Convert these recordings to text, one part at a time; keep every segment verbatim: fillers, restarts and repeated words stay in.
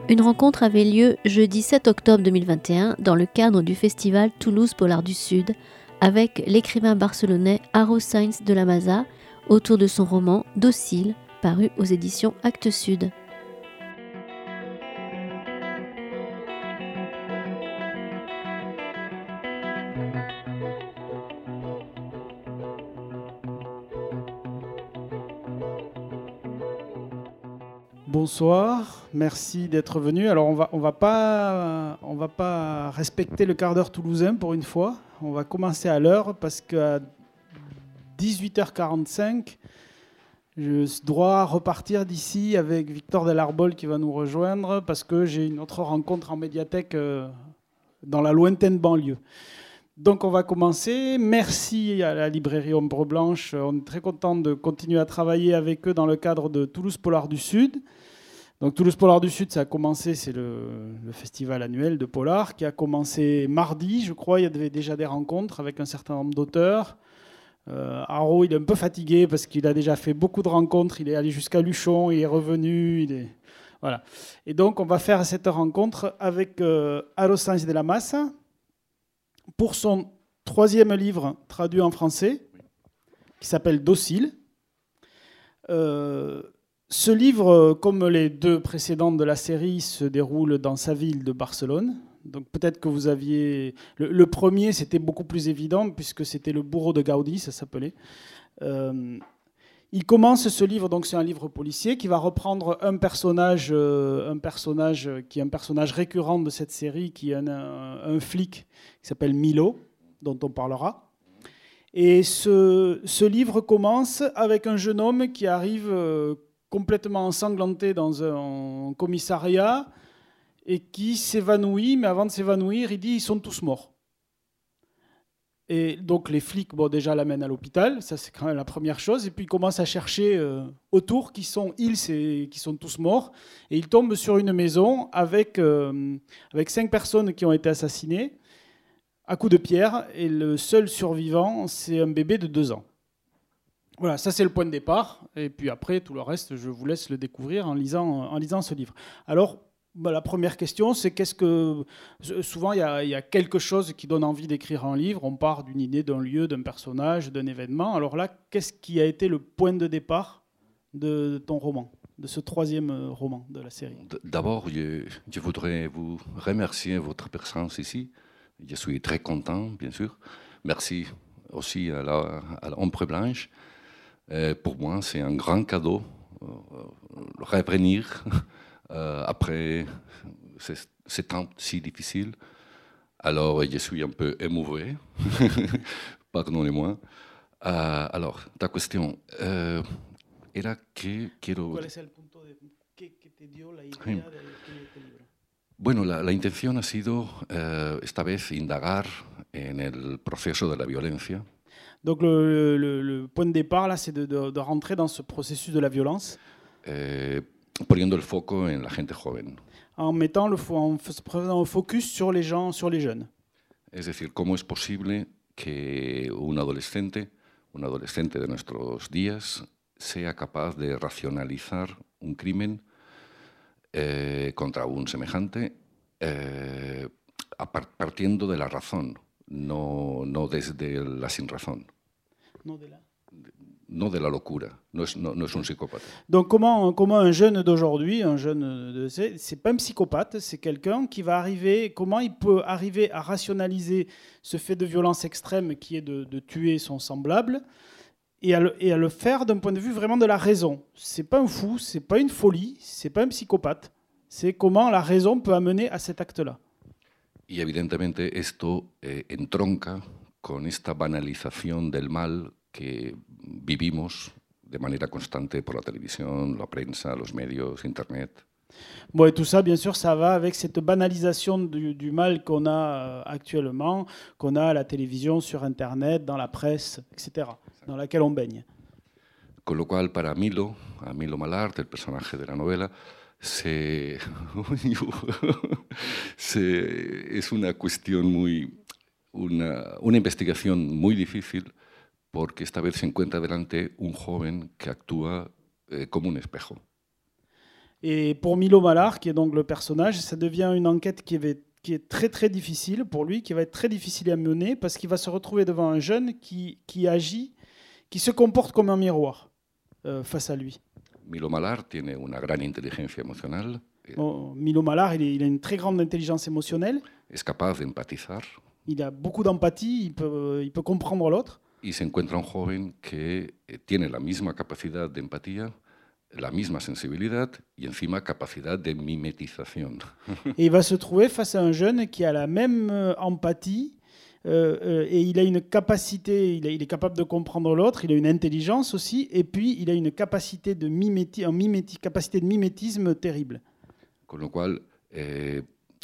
Une rencontre avait lieu jeudi sept octobre deux mille vingt et un dans le cadre du festival Toulouse Polar du Sud avec l'écrivain barcelonais Haro Sainz de la Maza autour de son roman Docile, paru aux éditions Actes Sud. Bonsoir, merci d'être venu. Alors on va, on va pas, on va pas respecter le quart d'heure toulousain pour une fois. On va commencer à l'heure parce qu'à dix-huit heures quarante-cinq, je dois repartir d'ici avec Victor Delarbol qui va nous rejoindre parce que j'ai une autre rencontre en médiathèque dans la lointaine banlieue. Donc on va commencer. Merci à la librairie Ombre Blanche. On est très content de continuer à travailler avec eux dans le cadre de Toulouse Polar du Sud. Donc Toulouse Polar du Sud, ça a commencé, c'est le, le festival annuel de polar qui a commencé mardi, je crois. Il y avait déjà des rencontres avec un certain nombre d'auteurs. Euh, Haro, il est un peu fatigué parce qu'il a déjà fait beaucoup de rencontres. Il est allé jusqu'à Luchon, il est revenu. Il est... Voilà. Et donc on va faire cette rencontre avec euh, Haro Sainz de la Maza pour son troisième livre traduit en français qui s'appelle Docile. Euh, Ce livre, comme les deux précédents de la série, se déroule dans sa ville de Barcelone. Donc peut-être que vous aviez... Le, le premier, c'était beaucoup plus évident, puisque c'était le bourreau de Gaudi, ça s'appelait. Euh, il commence ce livre, donc c'est un livre policier, qui va reprendre un personnage, euh, un personnage qui est un personnage récurrent de cette série, qui est un, un, un flic qui s'appelle Milo, dont on parlera. Et ce, ce livre commence avec un jeune homme qui arrive... Euh, complètement ensanglanté dans un commissariat et qui s'évanouit, mais avant de s'évanouir, il dit « ils sont tous morts ». Et donc les flics, bon, déjà l'amènent à l'hôpital, ça c'est quand même la première chose, et puis ils commencent à chercher euh, autour qui sont ils, c'est, qui sont tous morts, et ils tombent sur une maison avec, euh, avec cinq personnes qui ont été assassinées à coups de pierre, et le seul survivant, c'est un bébé de deux ans. Voilà, ça c'est le point de départ, et puis après, tout le reste, je vous laisse le découvrir en lisant, en lisant ce livre. Alors, bah, la première question, c'est qu'est-ce que... Souvent, il y a, il y a quelque chose qui donne envie d'écrire un livre, on part d'une idée, d'un lieu, d'un personnage, d'un événement. Alors là, qu'est-ce qui a été le point de départ de ton roman, de ce troisième roman de la série? D'abord, je, je voudrais vous remercier de votre présence ici. Je suis très content, bien sûr. Merci aussi à la, à la Ombre Blanche. Euh, pour moi, c'est un grand cadeau, euh, revenir euh, après ces, ces temps si difficiles. Alors, je suis un peu émouvé, pardonnez-moi. Euh, alors, ta question euh, era que quiero... ¿Cuál es el punto de qué, qué te dio la idea Sí. de escribir este libro? Bueno, la, la intención ha sido eh, esta vez indagar en el proceso de la violencia. Donc le, le, le point de départ, là, c'est de, de, de rentrer dans ce processus de la violence. Eh, poniendo el foco en la gente joven. En mettant le, en faisant un focus sur les gens, sur les jeunes. Es decir, cómo es posible que un adolescente, un adolescente de nuestros días, sea capaz de racionalizar un crimen eh, contra un semejante eh, partiendo de la razón, no, no desde la sinrazón. Non, de là. No de la locura, no es, no, no es un psicópata. Donc comment, comment un jeune d'aujourd'hui, un jeune de, c'est, c'est pas un psychopathe, c'est quelqu'un qui va arriver, comment il peut arriver à rationaliser ce fait de violence extrême qui est de, de tuer son semblable et à, le, et à le faire d'un point de vue vraiment de la raison. C'est pas un fou, c'est pas une folie, c'est pas un psychopathe, c'est comment la raison peut amener à cet acte-là. Y evidentemente esto eh, entronca con esta banalización del mal que vivimos de manera constante por la televisión, la prensa, los medios, Internet. Bon, et tout ça, bien sûr, ça va avec cette banalisation du, du mal qu'on a actuellement, qu'on a à la télévision, sur Internet, dans la presse, et cetera, dans laquelle on baigne. Con lo cual, para Milo, a Milo Malart, el personaje de la novela, se, se, es una cuestión muy, una, una investigación muy difícil, porque esta vez se encuentra delante un joven que actúa eh, como un espejo. Et pour Milo Mallar, qui est donc le personnage, ça devient une enquête qui est, qui est très très difficile pour lui, qui va être très difficile à mener, parce qu'il va se retrouver devant un jeune qui, qui agit, qui se comporte comme un miroir euh, face à lui. Milo Mallar tiene una gran inteligencia emocional. Bon, Milo Mallar, il, est, il a une très grande intelligence émotionnelle. Es capaz de empatizar. Il a beaucoup d'empathie, il peut, il peut comprendre l'autre. Y se encuentra un joven que tiene la misma capacidad de empatía, la misma sensibilidad y encima capacidad de mimetización. Et il va se trouver face à un jeune qui a la même euh, empathie euh, euh, et il a une capacité, il, a, il est capable de comprendre l'autre, il a une intelligence aussi, et puis il a une capacité de, miméti, un miméti, capacité de mimétisme terrible. Con lo cual, eh,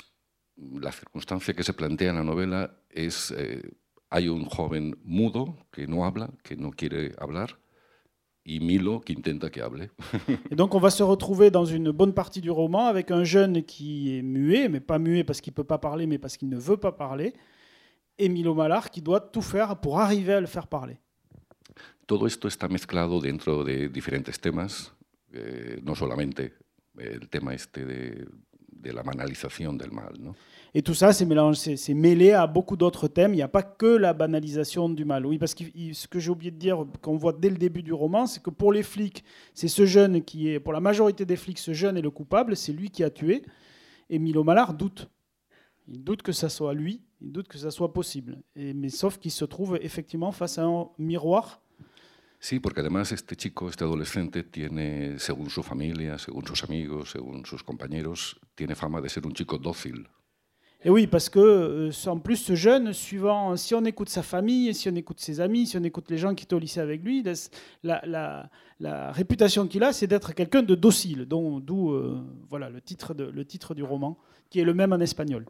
la circunstancia que se plantea en la novela es, eh, hay un joven mudo que no habla, que no quiere hablar, y Milo qui intenta que hable. Et donc on va se retrouver dans une bonne partie du roman avec un jeune qui est muet, mais pas muet parce qu'il ne peut pas parler, mais parce qu'il ne veut pas parler, et Milo Mallar qui doit tout faire pour arriver à le faire parler. Todo esto está mezclado dentro de diferentes temas, eh, no solamente el tema este de, de la banalización del mal, ¿no? Et tout ça, c'est, mélange, c'est, c'est mêlé à beaucoup d'autres thèmes. Il n'y a pas que la banalisation du mal. Oui, parce que ce que j'ai oublié de dire, qu'on voit dès le début du roman, c'est que pour les flics, c'est ce jeune qui est, pour la majorité des flics, ce jeune est le coupable, c'est lui qui a tué. Et Milo Mallar doute. Il doute que ça soit lui, il doute que ça soit possible. Et, mais sauf qu'il se trouve effectivement face à un miroir. Sí, porque además este chico, este adolescente, tiene, según su familia, según sus amigos, según sus compañeros, tiene fama de ser un chico dócil. Et oui, parce que euh, en plus, ce jeune, suivant, si on écoute sa famille, si on écoute ses amis, si on écoute les gens qui étaient au lycée avec lui, la, la, la réputation qu'il a, c'est d'être quelqu'un de docile, dont, d'où euh, voilà, le, titre de, le titre du roman, qui est le même en espagnol.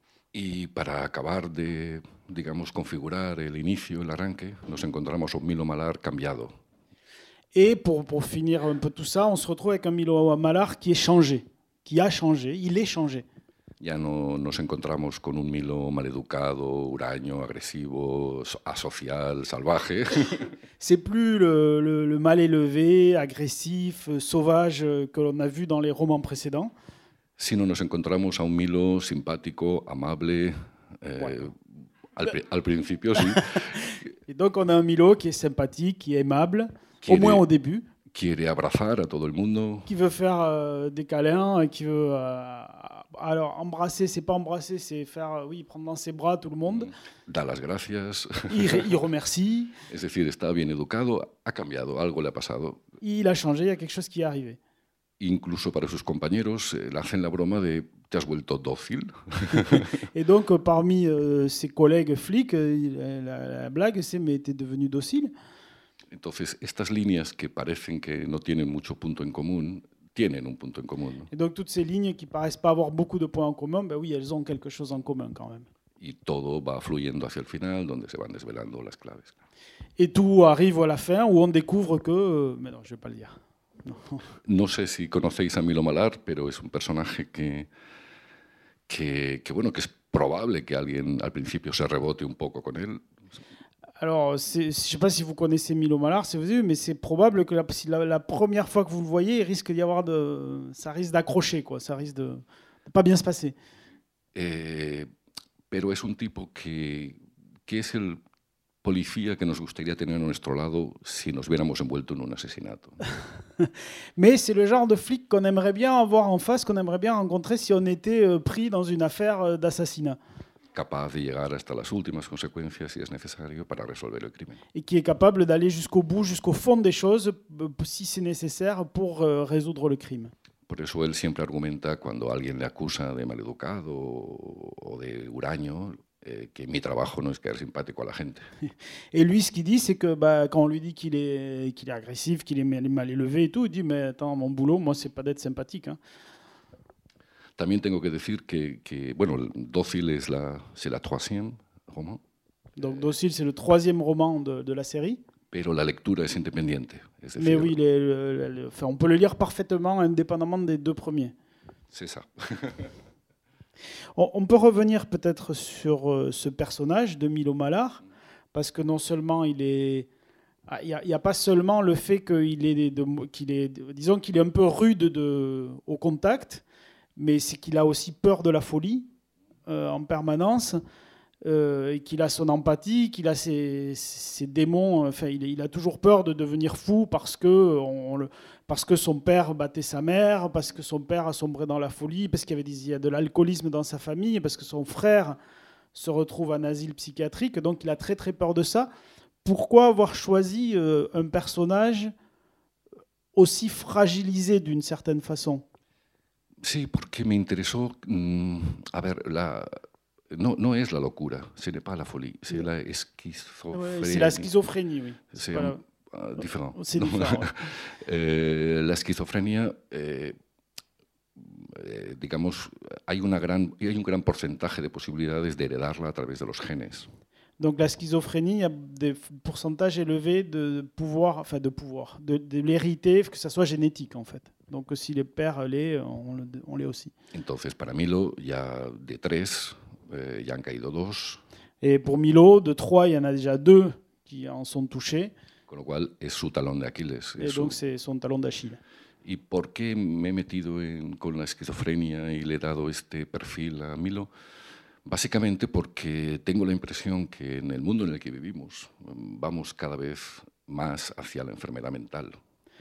Y para acabar de, digamos, configurar el inicio, el arranque, nos encontramos un Milo Mallar cambiado. Et pour, pour finir un peu tout ça, on se retrouve avec un Milo Mallar qui est changé, qui a changé, il est changé. Ya no nos encontramos con un Milo maleducado, huraño, agresivo, asocial, salvaje. C'est plus le, le, le mal élevé, agressif, sauvage que l'on a vu dans les romans précédents. Sino nos encontramos a un Milo simpático, amable, eh, ouais. al, al principio sí. Et donc on a un Milo qui est sympathique, qui est aimable, quiere, au moins au début. Quiere abrazar a todo el mundo. Qui veut faire euh, des câlins, qui veut... Euh, alors embrasser, c'est pas embrasser, c'est faire, oui, prendre dans ses bras tout le monde. Da las gracias. Il, il remercie. Es decir, está bien educado, ha cambiado, algo le ha pasado. Il a changé, il y a quelque chose qui est arrivé. Incluso para sus compañeros eh, le hacen la broma de te has vuelto dócil. Et donc parmi euh, ses collègues flics, euh, la, la blague c'est mais t'es devenu docile. Entonces estas líneas que parecen que no tienen mucho punto en común tienen un punto en común, ¿no? Et donc toutes ces lignes qui paraissent pas avoir beaucoup de points en commun, ben oui, elles ont quelque chose en commun quand même. Y todo va fluyendo hacia el final, donde se van desvelando las claves. Et tout arrive à la fin où on découvre que, euh, mais non, je vais pas le dire. No. No sé si conocéis a Milo Mallar, pero es un personaje que, que, que, bueno, que es probable que alguien al principio se rebote un poco con él. Alors, je ne sais pas si vous connaissez Milo Mallar, si vous avez vu, mais c'est probable que la, la, la première fois que vous le voyez, il risque d'y avoir de, ça risque d'accrocher, quoi, ça risque de ne pas bien se passer. Eh, pero es un tipo que, que es el policía que nos gustaría tener a nuestro lado si nos viéramos envuelto en un asesinato. Mais c'est le genre de flic qu'on aimerait bien avoir en face, qu'on aimerait bien rencontrer si on était pris dans une affaire d'assassinat. Capaz de llegar hasta las últimas consecuencias si es necesario para resolver el crimen. Et qui est capable d'aller jusqu'au bout, jusqu'au fond des choses, si c'est nécessaire, pour résoudre le crime. Por eso él siempre argumenta cuando alguien le acusa de maleducado o de huraño, eh, que mi trabajo no es caer simpático a la gente. Et lui, ce qu'il dit, c'est que bah, quand on lui dit qu'il est, qu'il est agressif, qu'il est mal élevé et tout, il dit mais attends, mon boulot, moi, c'est pas d'être sympathique. Hein. También tengo que decir que, que bueno, Dócil es la, c'est la troisième roman. Donc Dócil, c'est le troisième roman de, de la série. Pero la lectura es independiente. Es decir, mais oui, les, les, les, enfin, on peut le lire parfaitement, indépendamment des deux premiers. C'est ça. on, on peut revenir peut-être sur euh, ce personnage de Milo Mallar, parce que non seulement il est il n'y a, a pas seulement le fait qu'il est, de, qu'il est, disons qu'il est un peu rude de, au contact, mais c'est qu'il a aussi peur de la folie euh, en permanence, euh, et qu'il a son empathie, qu'il a ses, ses démons. Enfin, il, il a toujours peur de devenir fou parce que, on, le, parce que son père battait sa mère, parce que son père a sombré dans la folie, parce qu'il y avait des, il y a de l'alcoolisme dans sa famille, parce que son frère se retrouve en asile psychiatrique. Donc, il a très très peur de ça. Pourquoi avoir choisi euh, un personnage aussi fragilisé d'une certaine façon? Sí, porque me interesó, mmm, a ver, la, no, no es la locura, ce n'est pas la folie, c'est la esquizofrenia. Ouais, c'est la schizophrénie, oui. C'est la... uh, différent. C'est différent. eh, la esquizofrenia, eh, eh, digamos, hay, una gran, hay un gran porcentaje de posibilidades de heredarla a través de los genes. Donc la schizophrénie, il y a des pourcentages élevés de pouvoir, enfin de pouvoir, de, de l'hériter, que ça soit génétique en fait. Donc si les pères l'est, on, on l'est aussi. Entonces para Milo ya de tres, eh, ya han caído dos. Et pour Milo, de trois, il y en a déjà deux qui en sont touchés. Con lo cual es su talón de Aquiles. Et donc su... c'est son talon d'Achille. ¿Y por qué me he metido en, con la esquizofrenia y le he dado este perfil a Milo? Básicamente porque tengo la impresión que en el mundo en el que vivimos vamos cada vez más hacia la enfermedad mental.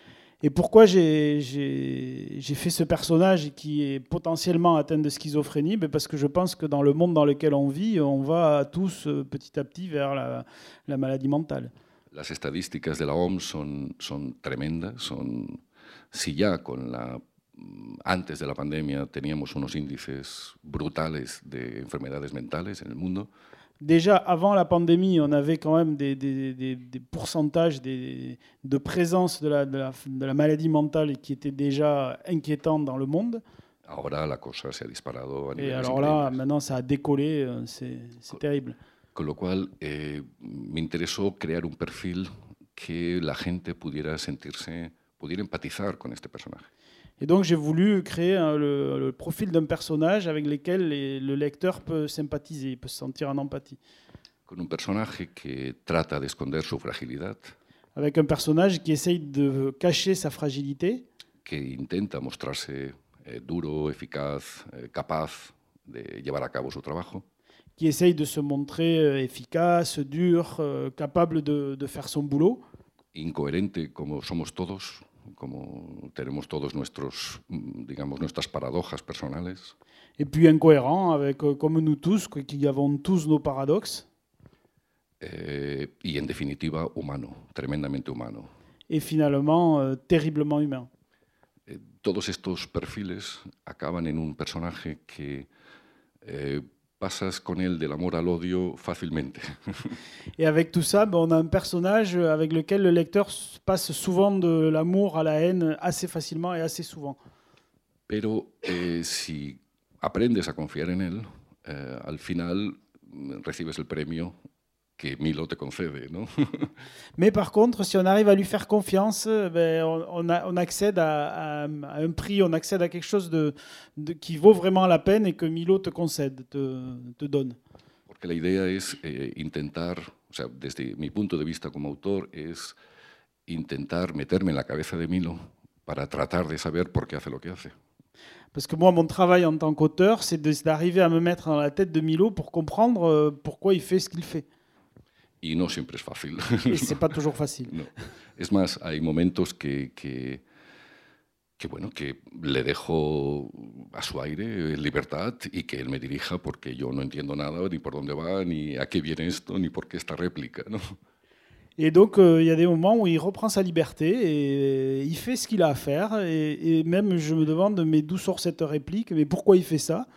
Et pourquoi j'ai, j'ai, j'ai fait ce personnage qui est potentiellement atteint de schizophrénie? Ben parce que je pense que dans le monde dans lequel on vit, on va tous petit à petit vers la, la maladie mentale. Las estadísticas de la O M S son, son tremendas. Son, si ya con la antes de la pandemia teníamos unos índices brutales de enfermedades mentales en el mundo. Déjà, avant la pandémie, on avait quand même des, des, des, des pourcentages des, de présence de la, de, la, de la maladie mentale qui étaient déjà inquiétants dans le monde. Ahora la cosa se ha disparado a niveles Et alors là, increíbles. maintenant, ça a décollé, c'est, c'est con, terrible. Con lo cual, eh, me interesó crear un perfil que la gente pudiera sentirse, pudiera empatizar con este personaje. Et donc j'ai voulu créer un, le, le profil d'un personnage avec lequel les, le lecteur peut sympathiser, peut se sentir en empathie. Con un personaje que trata de esconder su fragilidad. Avec un personnage qui essaye de cacher sa fragilité. Que intenta mostrarse eh, duro, eficaz, eh, capaz de llevar a cabo su trabajo. Qui essaye de se montrer euh, efficace, dur, euh, capable de, de faire son boulot. Incoherente como somos todos. Como tenemos todos nuestros, digamos, nuestras paradojas personales. Et puis incohérent, avec, comme nous tous, qui avons tous nos paradoxes. Eh, y en definitiva, humano, tremendamente humano. Et finalement, euh, terriblement humain. Eh, todos estos perfiles acaban en un personaje que eh, pasas con él del amor al odio fácilmente. Et avec tout ça, ben, on a un personnage avec lequel le lecteur passe souvent de l'amour à la haine assez facilement et assez souvent. Pero eh, si aprendes a confiar en él, eh, al final recibes el premio que Milo te concede, ¿no? Mais par contre, si on arrive à lui faire confiance, ben, on, on, a, on accède à, à, à un prix, on accède à quelque chose de, de, qui vaut vraiment la peine et que Milo te concède, te, te donne. Porque la idea es eh, intentar, o sea, desde mi punto de vista como autor, es intentar meterme en la cabeza de Milo para tratar de saber por qué hace lo que hace. Parce que moi, mon travail en tant qu'auteur, c'est de, d'arriver à me mettre dans la tête de Milo pour comprendre pourquoi il fait ce qu'il fait. Y no siempre es fácil. Et c'est pas toujours facile. No. Es más, hay momentos que, que, que, bueno, que le dejo a su aire, en libertad, y que él me dirija porque yo no entiendo nada, ni por dónde va, ni a qué viene esto, ni por qué esta réplica, ¿no? Et donc, il euh, y a des moments où il reprend sa liberté et il fait ce qu'il a à faire. Et, et même, je me demande, mais d'où sort cette réplique? Mais pourquoi il fait ça?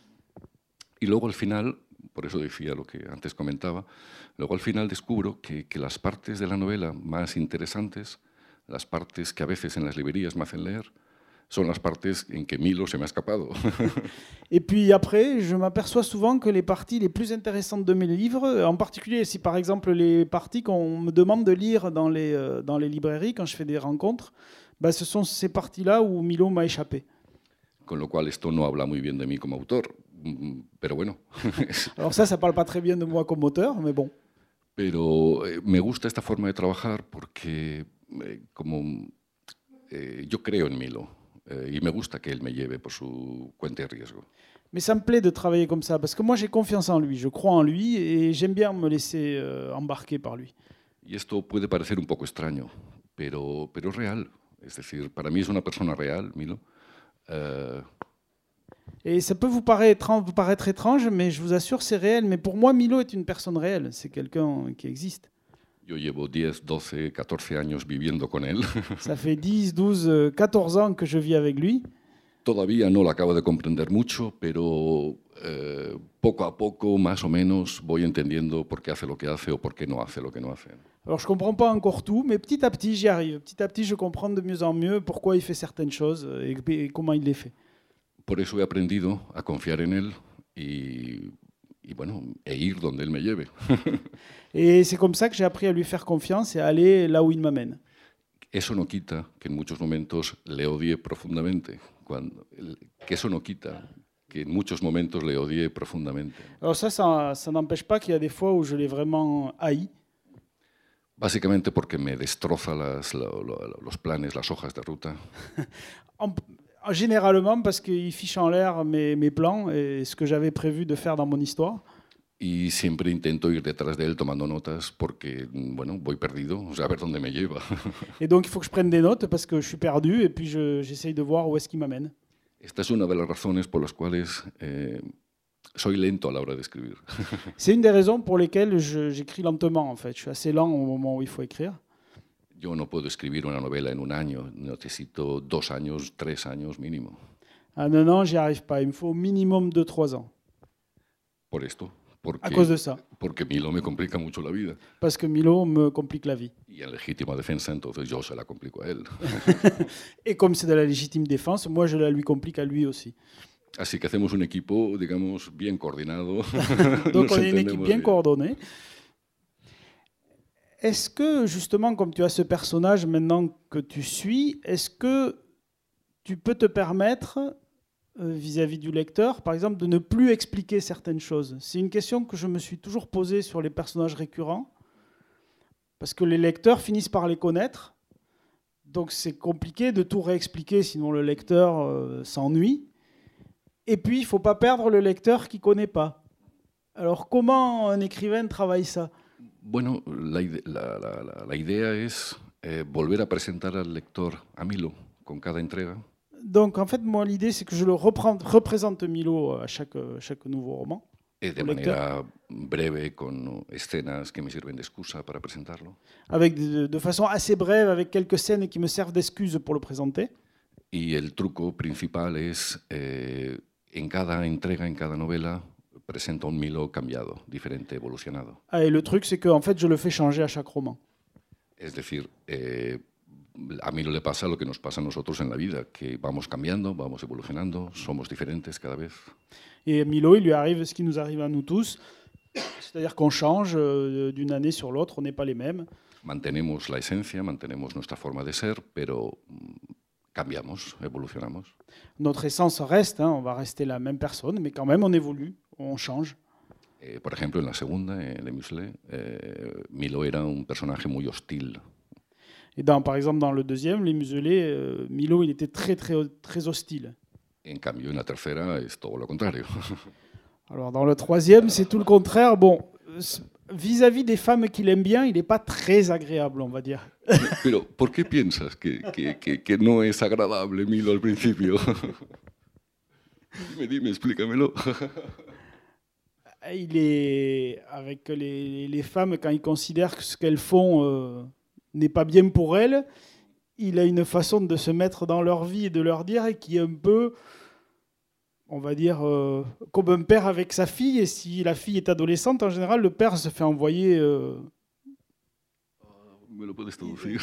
Y luego, al final, por eso decía lo que antes comentaba, luego al final descubro que, que las partes de la novela más interesantes, las partes que a veces en las librerías me hacen leer, son las partes en que Milo se me ha escapado. Et puis après, je m'aperçois souvent que les parties les plus intéressantes de mes livres, en particulier si par exemple les parties qu'on me demande de lire dans les, euh, dans les librairies, quand je fais des rencontres, bah, ce sont ces parties-là où Milo m'a échappé. Con lo cual esto no habla muy bien de mí como autor, pero bueno. Alors ça, ça parle pas très bien de moi comme auteur, mais bon. Pero eh, me gusta esta forma de trabajar porque eh, como eh, yo creo en Milo eh, y me gusta que él me lleve por su cuenta de riesgo. Mais ça me plaît de travailler comme ça, parce que moi j'ai confiance en lui, je crois en lui et j'aime bien me laisser euh, embarquer par lui. Y esto puede parecer un poco extraño, pero, pero es real. Es decir, para mí es una persona real, Milo. Eh, Et ça peut vous paraître, vous paraître étrange, mais je vous assure, c'est réel. Mais pour moi, Milo est une personne réelle, c'est quelqu'un qui existe. yo llevo diez, doce, catorce años viviendo con él. Ça fait dix, douze, quatorze ans que je vis avec lui. Todavía no lo acabo de comprender mucho, pero eh, poco a poco, más o menos, voy entendiendo por qué hace lo que hace o por qué no hace lo que no hace. Alors je comprends pas encore tout, mais petit à petit j'y arrive. Petit à petit je comprends de mieux en mieux pourquoi il fait certaines choses et, et comment il les fait. Por eso he aprendido a confiar en él y, y bueno, e ir donde él me lleve. Et c'est comme ça que j'ai appris à lui faire confiance et à aller là où il m'amène. Eso no quita que en muchos momentos le odie profundamente. Cuando, que eso no quita que en muchos momentos le odie profundamente. Alors ça, ça, ça n'empêche pas qu'il y a des fois où je l'ai vraiment haï. Básicamente porque me destroza las, lo, lo, los planes, las hojas de ruta. en, généralement parce qu'il fiche en l'air mes, mes plans et ce que j'avais prévu de faire dans mon histoire. Y siempre intento ir detrás de él tomando notas porque, bueno, voy perdido, o sea, a ver dónde me lleva. Et donc il faut que je prenne des notes parce que je suis perdu et puis je, j'essaye de voir où est-ce qu'il m'amène. Esta es una de las razones por las cuales eh, soy lento a la hora de escribir. C'est une des raisons pour lesquelles je, j'écris lentement en fait. Je suis assez lent au moment où il faut écrire. Yo no puedo escribir una novela en un año, necesito dos años, tres años mínimo. Ah non, non, j'y arrive pas. Il me faut au minimum deux trois ans. Por esto. Porque, à cause de ça. Porque Milo me complica mucho la vida. Parce que Milo me complique la vie. Y en legítima defensa, entonces yo se la complico a él. Et comme c'est de la légitime défense, moi je la lui complique à lui aussi. Así que hacemos un equipo, digamos, bien coordinado. Donc on est une équipe bien coordonnée. Est-ce que, justement, comme tu as ce personnage maintenant que tu suis, est-ce que tu peux te permettre, vis-à-vis du lecteur, par exemple, de ne plus expliquer certaines choses? C'est une question que je me suis toujours posée sur les personnages récurrents, parce que les lecteurs finissent par les connaître, donc c'est compliqué de tout réexpliquer, sinon le lecteur euh, s'ennuie. Et puis, il ne faut pas perdre le lecteur qui ne connaît pas. Alors, comment un écrivain travaille ça? Bueno, la, ide la, la, la, la idea es eh, volver a presentar al lector a Milo con cada entrega. Donc, en fait, moi, l'idée, c'est que je le reprends, représente Milo à chaque, chaque nouveau roman. Et de manera breve, con escenas que me sirven de excusa para presentarlo. Avec de, de façon assez brève, avec quelques scènes qui me servent d'excuse pour le présenter. Y el truco principal es, eh, en cada entrega, en cada novela, presenta un Milo cambiado, diferente, evolucionado. Ah, et le truc, c'est que en fait, je le fais changer à chaque roman. Es decir, eh, a Milo le pasa lo que nos pasa a nosotros en la vida, que vamos cambiando, vamos evolucionando, somos diferentes cada vez. Et à Milo, il lui arrive ce qui nous arrive à nous tous, c'est-à-dire qu'on change d'une année sur l'autre, on n'est pas les mêmes. Mantenemos la esencia, mantenemos nuestra forma de ser, pero cambiamos, evolucionamos. Notre essence reste, hein, on va rester la même personne, mais quand même on évolue, on change. Eh, por ejemplo, en la segunda, en Les Muselés, eh, Milo era un personaje muy hostil. Et dans, par exemple, dans le deuxième, Les Muselés, euh, Milo, il était très, très, très hostile. En cambio, en la tercera, es todo lo contrario. Alors, dans le troisième, c'est tout le contraire. Bon, vis-à-vis des femmes qu'il aime bien, il n'est pas très agréable, on va dire. Pero, ¿por qué piensas que, que, que, que no es agradable Milo al principio? Dime, dime, explícamelo. Il est avec les, les femmes, quand il considère que ce qu'elles font euh, n'est pas bien pour elles, il a une façon de se mettre dans leur vie et de leur dire qui est un peu, on va dire, euh, comme un père avec sa fille. Et si la fille est adolescente, en général, le père se fait envoyer... Euh, ¿Me lo puedes traducir?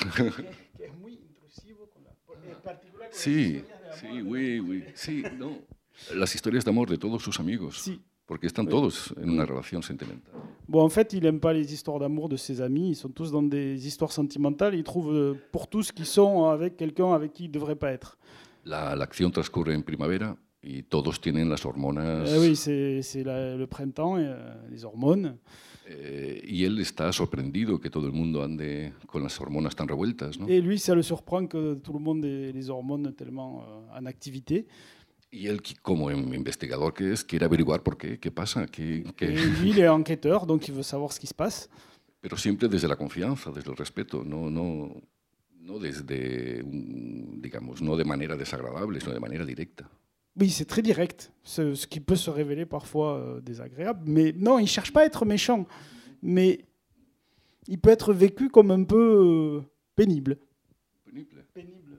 Sí, sí, oui, oui. Sí, no. Las historias de amor de todos sus amigos. Sí. Porque están todos en una relación sentimental. Bon, en fait, il n'aime pas les histoires d'amour de ses amis. Ils sont tous dans des histoires sentimentales. Il trouve pour tous qu'ils sont avec quelqu'un avec qui ils ne devraient pas être. La, la acción transcurre en primavera y todos tienen las hormonas. Eh oui, c'est, c'est la, le printemps, et, euh, les hormones. Eh, y él está sorprendido que todo el mundo ande con las hormonas tan revueltas, ¿no? Et lui, ça le surprend que tout le monde ait les hormones tellement euh, en activité. Y él, como investigador que es, quiere averiguar por qué, qué pasa. Qué, qué... Et lui, il est enquêteur, donc il veut savoir ce qui se passe. Pero siempre desde la confianza, desde el respeto, no, no, no desde, un, digamos, no de manera desagradable, sino de manera directa. Oui, c'est très direct, ce, ce qui peut se révéler parfois euh, désagréable. Mais non, il ne cherche pas à être méchant, mais il peut être vécu comme un peu euh, pénible. Pénible. Pénible.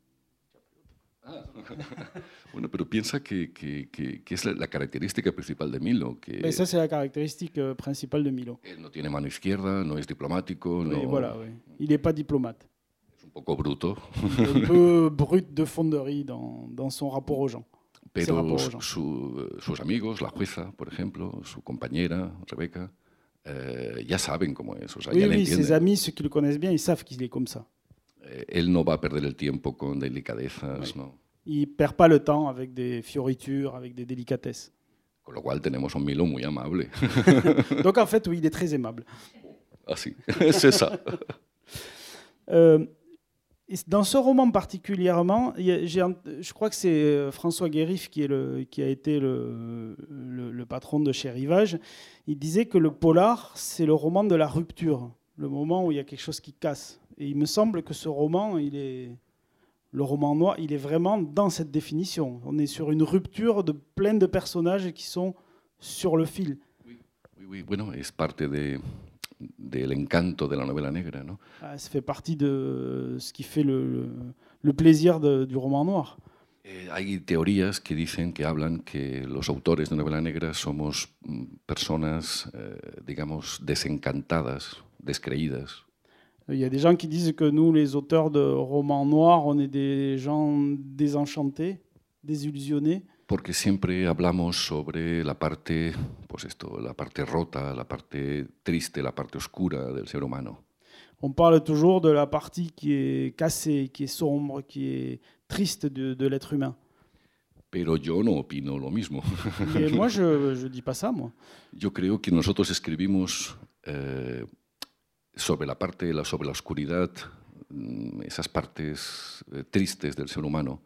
Ah. Bueno, pero piensa que, que, que, que es la, la característica principal de Milo. Que Mais ça, c'est la caractéristique euh, principale de Milo. Él no tiene mano izquierda, no es diplomático. Oui, no, voilà, oui. Il n'est pas diplomate. Es un poco bruto. Il est un peu brut de fonderie dans, dans son rapport aux gens. Pero su, sus amigos, la jueza, por ejemplo, su compañera, Rebeca, eh, ya saben cómo es. O sea, oui, ya oui, le ses amis, ceux qui le connaissent bien, ils savent qu'il est comme ça. Eh, él no va a perder el tiempo con delicadezas, oui. no. Il ne perd pas le temps avec des fioritures, avec des délicatesses. Con lo cual tenemos un Milo muy amable. Donc en fait, oui, il est très aimable. Ah si, c'est ça. Euh, Dans ce roman particulièrement, j'ai, je crois que c'est François Guérif qui, est le, qui a été le, le, le patron de chez Rivage. Il disait que le polar, c'est le roman de la rupture, le moment où il y a quelque chose qui casse. Et il me semble que ce roman, il est, le roman noir, il est vraiment dans cette définition. On est sur une rupture de plein de personnages qui sont sur le fil. Oui, oui, oui. Bueno, es parte de... del encanto de la novela negra, ¿no? Ah, ça fait partie de ce qui fait le, le, le plaisir de, du roman noir. Eh, hay teorías que dicen, que hablan que los autores de novela negra somos personas, eh, digamos, desencantadas, descreídas. Il y a des gens qui disent que nous, les auteurs de romans noirs, on est des gens désenchantés, désillusionnés. Porque siempre hablamos sobre la parte, pues esto, la parte rota, la parte triste, la parte oscura del ser humano. On parle toujours de la partie qui est cassée, qui est sombre, qui est triste de, de l'être humain. Pero yo no opino lo mismo. Mais moi, je ne dis pas ça, moi. Yo creo que nosotros escribimos eh, sobre la parte, sobre la oscuridad, esas partes eh, tristes del ser humano,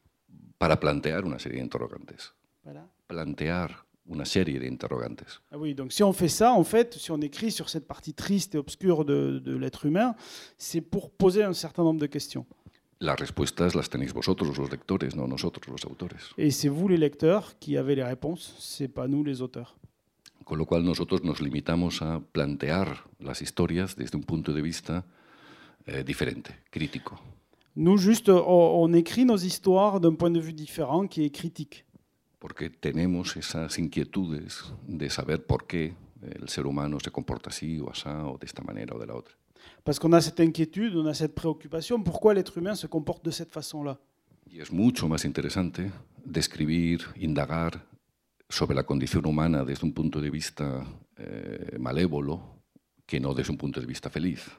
para plantear una serie de interrogantes. Voilà. Plantear una serie de interrogantes. Ah oui, donc si on fait ça, en fait, si on écrit sur cette partie triste et obscure de, de l'être humain, c'est pour poser un certain nombre de questions. Las respuestas las tenéis vosotros, los lectores, no nosotros, los autores. Et c'est vous, les lecteurs, qui avez les réponses, c'est pas nous, les auteurs. Con lo cual nosotros nos limitamos a plantear las historias desde un punto de vista eh, diferente, crítico. Nous, juste, on, on écrit nos histoires d'un point de vue différent qui est critique. Porque tenemos esas inquietudes de saber por qué el ser humano se comporta así o asá o de esta manera o de la otra. Parce qu'on a cette inquiétude, on a cette préoccupation. Pourquoi l'être humain se comporte de cette façon-là? Y es mucho más interesante describir, indagar sobre la condición humana desde un punto de vista eh, malévolo que no desde un punto de vista feliz.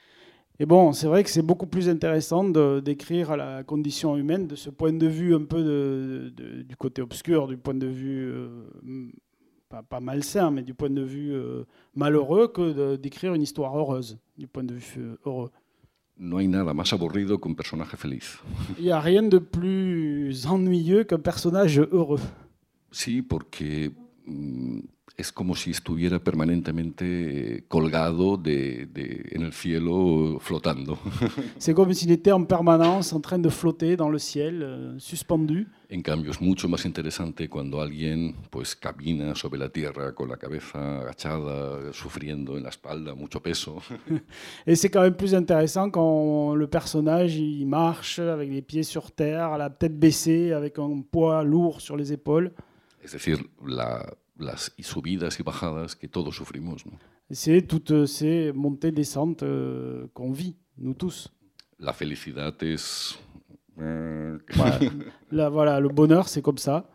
Et bon, c'est vrai que c'est beaucoup plus intéressant de, d'écrire la condition humaine de ce point de vue un peu de, de, du côté obscur, du point de vue, euh, pas, pas malsain, mais du point de vue euh, malheureux, que de, d'écrire une histoire heureuse, du point de vue euh, heureux. No hay nada más aburrido qu'un personaje feliz. Il n'y a rien de plus ennuyeux qu'un personnage heureux. Sí, porque mm, es como si estuviera permanentemente colgado de, de, en el cielo, flotando. C'est comme s'il était en permanence en train de flotter dans le ciel, euh, suspendu. En cambio, es mucho más interesante cuando alguien pues, camina sobre la tierra con la cabeza agachada, sufriendo en la espalda, mucho peso. Et c'est quand même plus intéressant quand le personnage il marche avec les pieds sur terre, la tête baissée, avec un poids lourd sur les épaules. Es decir, la, las subidas y bajadas que todos sufrimos, ¿no? C'est toutes ces montées descentes euh, qu'on vit, nous tous. La felicidad es... Voilà. Là, voilà, le bonheur, c'est comme ça.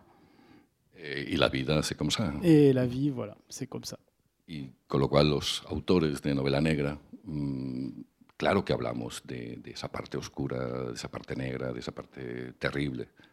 Y la vida, c'est comme ça. Et la vie, voilà, c'est comme ça. Y con lo cual los autores de novela negra, mmm, claro que hablamos de, de esa parte oscura, de esa parte negra, de esa parte terrible,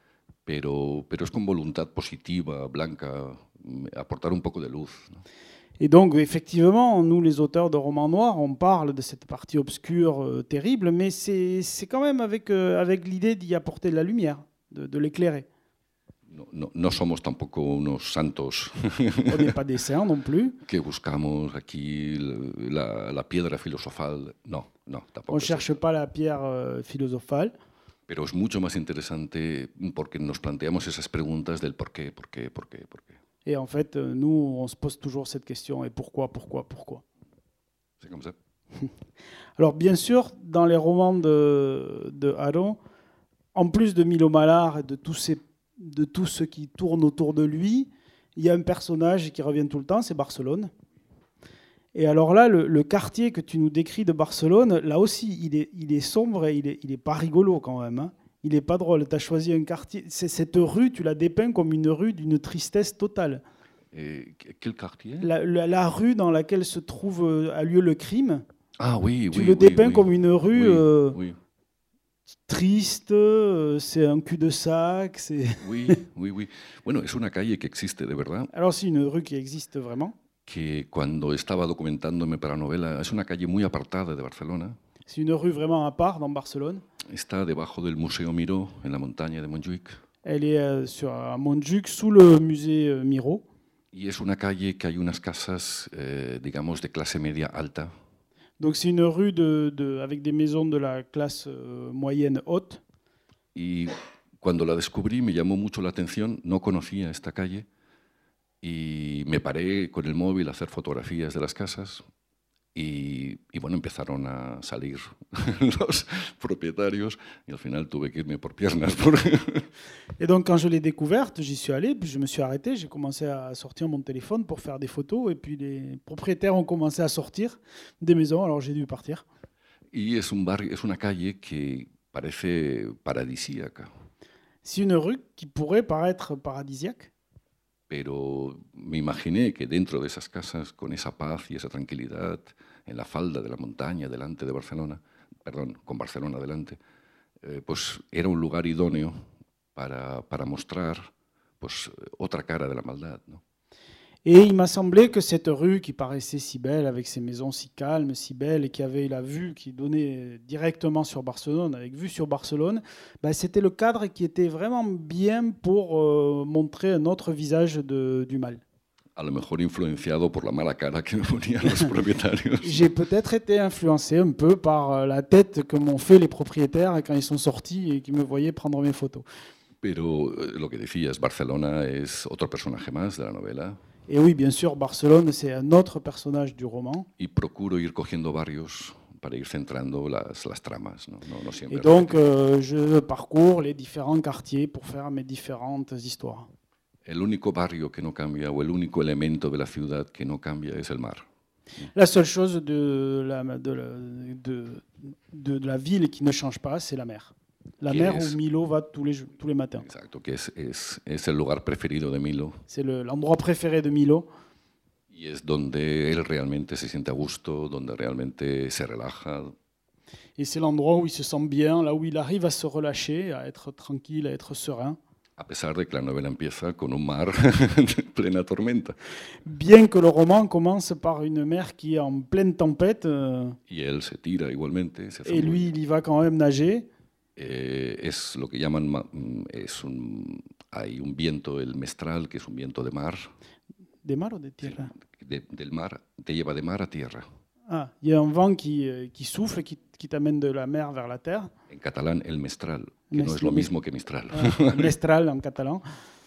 pero, pero es con voluntad positiva, blanca, aportar un poco de luz, ¿no? Et donc, effectivement, nous, les auteurs de romans noirs, on parle de cette partie obscure euh, terrible, mais c'est c'est quand même avec, euh, avec l'idée d'y apporter de la lumière, de, de l'éclairer. No, no, no somos tampoco unos santos On n'est pas des saints non plus. que buscamos aquí la, la piedra filosofal. No, no, tampoco. On ne es cherche eso. pas la pierre euh, philosophale. Pero es mucho más interesante porque nos planteamos esas preguntas del por qué, por qué, por qué, por qué. Et en fait, euh, nous, on se pose toujours cette question, et pourquoi, pourquoi, pourquoi? C'est comme ça. Alors, bien sûr, dans les romans de, de Haro, en plus de Milo Malar et de tous, ces, de tout ce qui tourne autour de lui, il y a un personnage qui revient tout le temps, c'est Barcelone. Et alors là, le, le quartier que tu nous décris de Barcelone, là aussi, il est, il est sombre et il n'est il est pas rigolo quand même, hein. Il n'est pas drôle. Tu as choisi un quartier. C'est, cette rue, tu la dépeins comme une rue d'une tristesse totale. Et quel quartier? La, la, la rue dans laquelle se trouve euh, a lieu le crime, Ah oui, tu oui, le oui, dépeins oui. comme une rue Oui, euh, oui, triste, euh, c'est un cul-de-sac. C'est... oui, oui, oui. Bueno, es una calle que existe de verdad, Alors c'est une rue qui existe vraiment. que cuando estaba documentándome para la novela, es una calle muy apartada de Barcelona. C'est une rue vraiment à part dans Barcelone. Está debajo del Museo Miró, en la montaña de Montjuïc. Elle est euh, sur, à Montjuïc, sous le musée euh, Miro. Y es una calle que hay unas casas, eh, digamos, de clase media alta. Donc c'est une rue de, de, avec des maisons de la classe euh, moyenne haute. Y cuando la descubrí me llamó mucho la atención, no conocía esta calle y me paré con el móvil a hacer fotografías de las casas y, y bueno, empezaron a salir los propietarios y al final tuve que irme por piernas. Por... Et donc quand je l'ai découverte, j'y suis allé, puis je me suis arrêté, j'ai commencé à sortir mon téléphone pour faire des photos et puis les propriétaires ont commencé à sortir des maisons, alors j'ai dû partir. Y es, un barrio, es una calle que parece paradisíaca. C'est une rue qui pourrait paraître paradisiaque. Pero me imaginé que dentro de esas casas, con esa paz y esa tranquilidad, en la falda de la montaña delante de Barcelona, perdón, con Barcelona delante, eh, pues era un lugar idóneo para, para mostrar pues, otra cara de la maldad, ¿no? Et il m'a semblé que cette rue qui paraissait si belle, avec ses maisons si calmes, si belles, et qui avait la vue qui donnait directement sur Barcelone, avec vue sur Barcelone, bah, c'était le cadre qui était vraiment bien pour euh, montrer un autre visage de, du mal. A lo mejor influenciado por la mala cara que me ponían los propietarios. J'ai peut-être été influencé un peu par la tête que m'ont fait les propriétaires quand ils sont sortis et qui me voyaient prendre mes photos. Pero eh, lo que decías, Barcelona es otro personaje más de la novela. Et oui, bien sûr, Barcelone, c'est un autre personnage du roman. Y procuro ir cogiendo barrios para ir centrando las, las tramas, ¿no? No, no siempre Et donc, euh, je parcours les différents quartiers pour faire mes différentes histoires. El único barrio que no cambia o el único elemento de la ciudad que no cambia es el mar. La seule chose de la, de la, de, de, de la ville qui ne change pas, c'est la mer. La Qui mer est- où Milo va tous les, tous les matins. Exacto, que es, es, es el lugar preferido de Milo C'est le- l'endroit préféré de Milo. y es donde él realmente se siente a gusto, donde realmente se relaja. Et c'est l'endroit où il se sent bien, là où il arrive à se relâcher, à être tranquille, à être serein. A pesar de que la novela empieza con un mar en plena tormenta. Bien que le roman commence par une mer qui est en pleine tempête, euh, Y él se tira igualmente. Se hace et muy- lui, il y va quand même nager. Eh, es lo que llaman, ma- mm, es un, hay un viento, el mestral, que es un viento de mar, Des mers ou des tierra? de- del mar, te lleva de mar a tierra. Ah, il y a un vent qui, euh, qui souffle, qui, qui t'amène de la mer vers la terre. En catalán, el mestral, que no Mes- es lo mes- mismo que mistral. Ah, Mestral en catalan.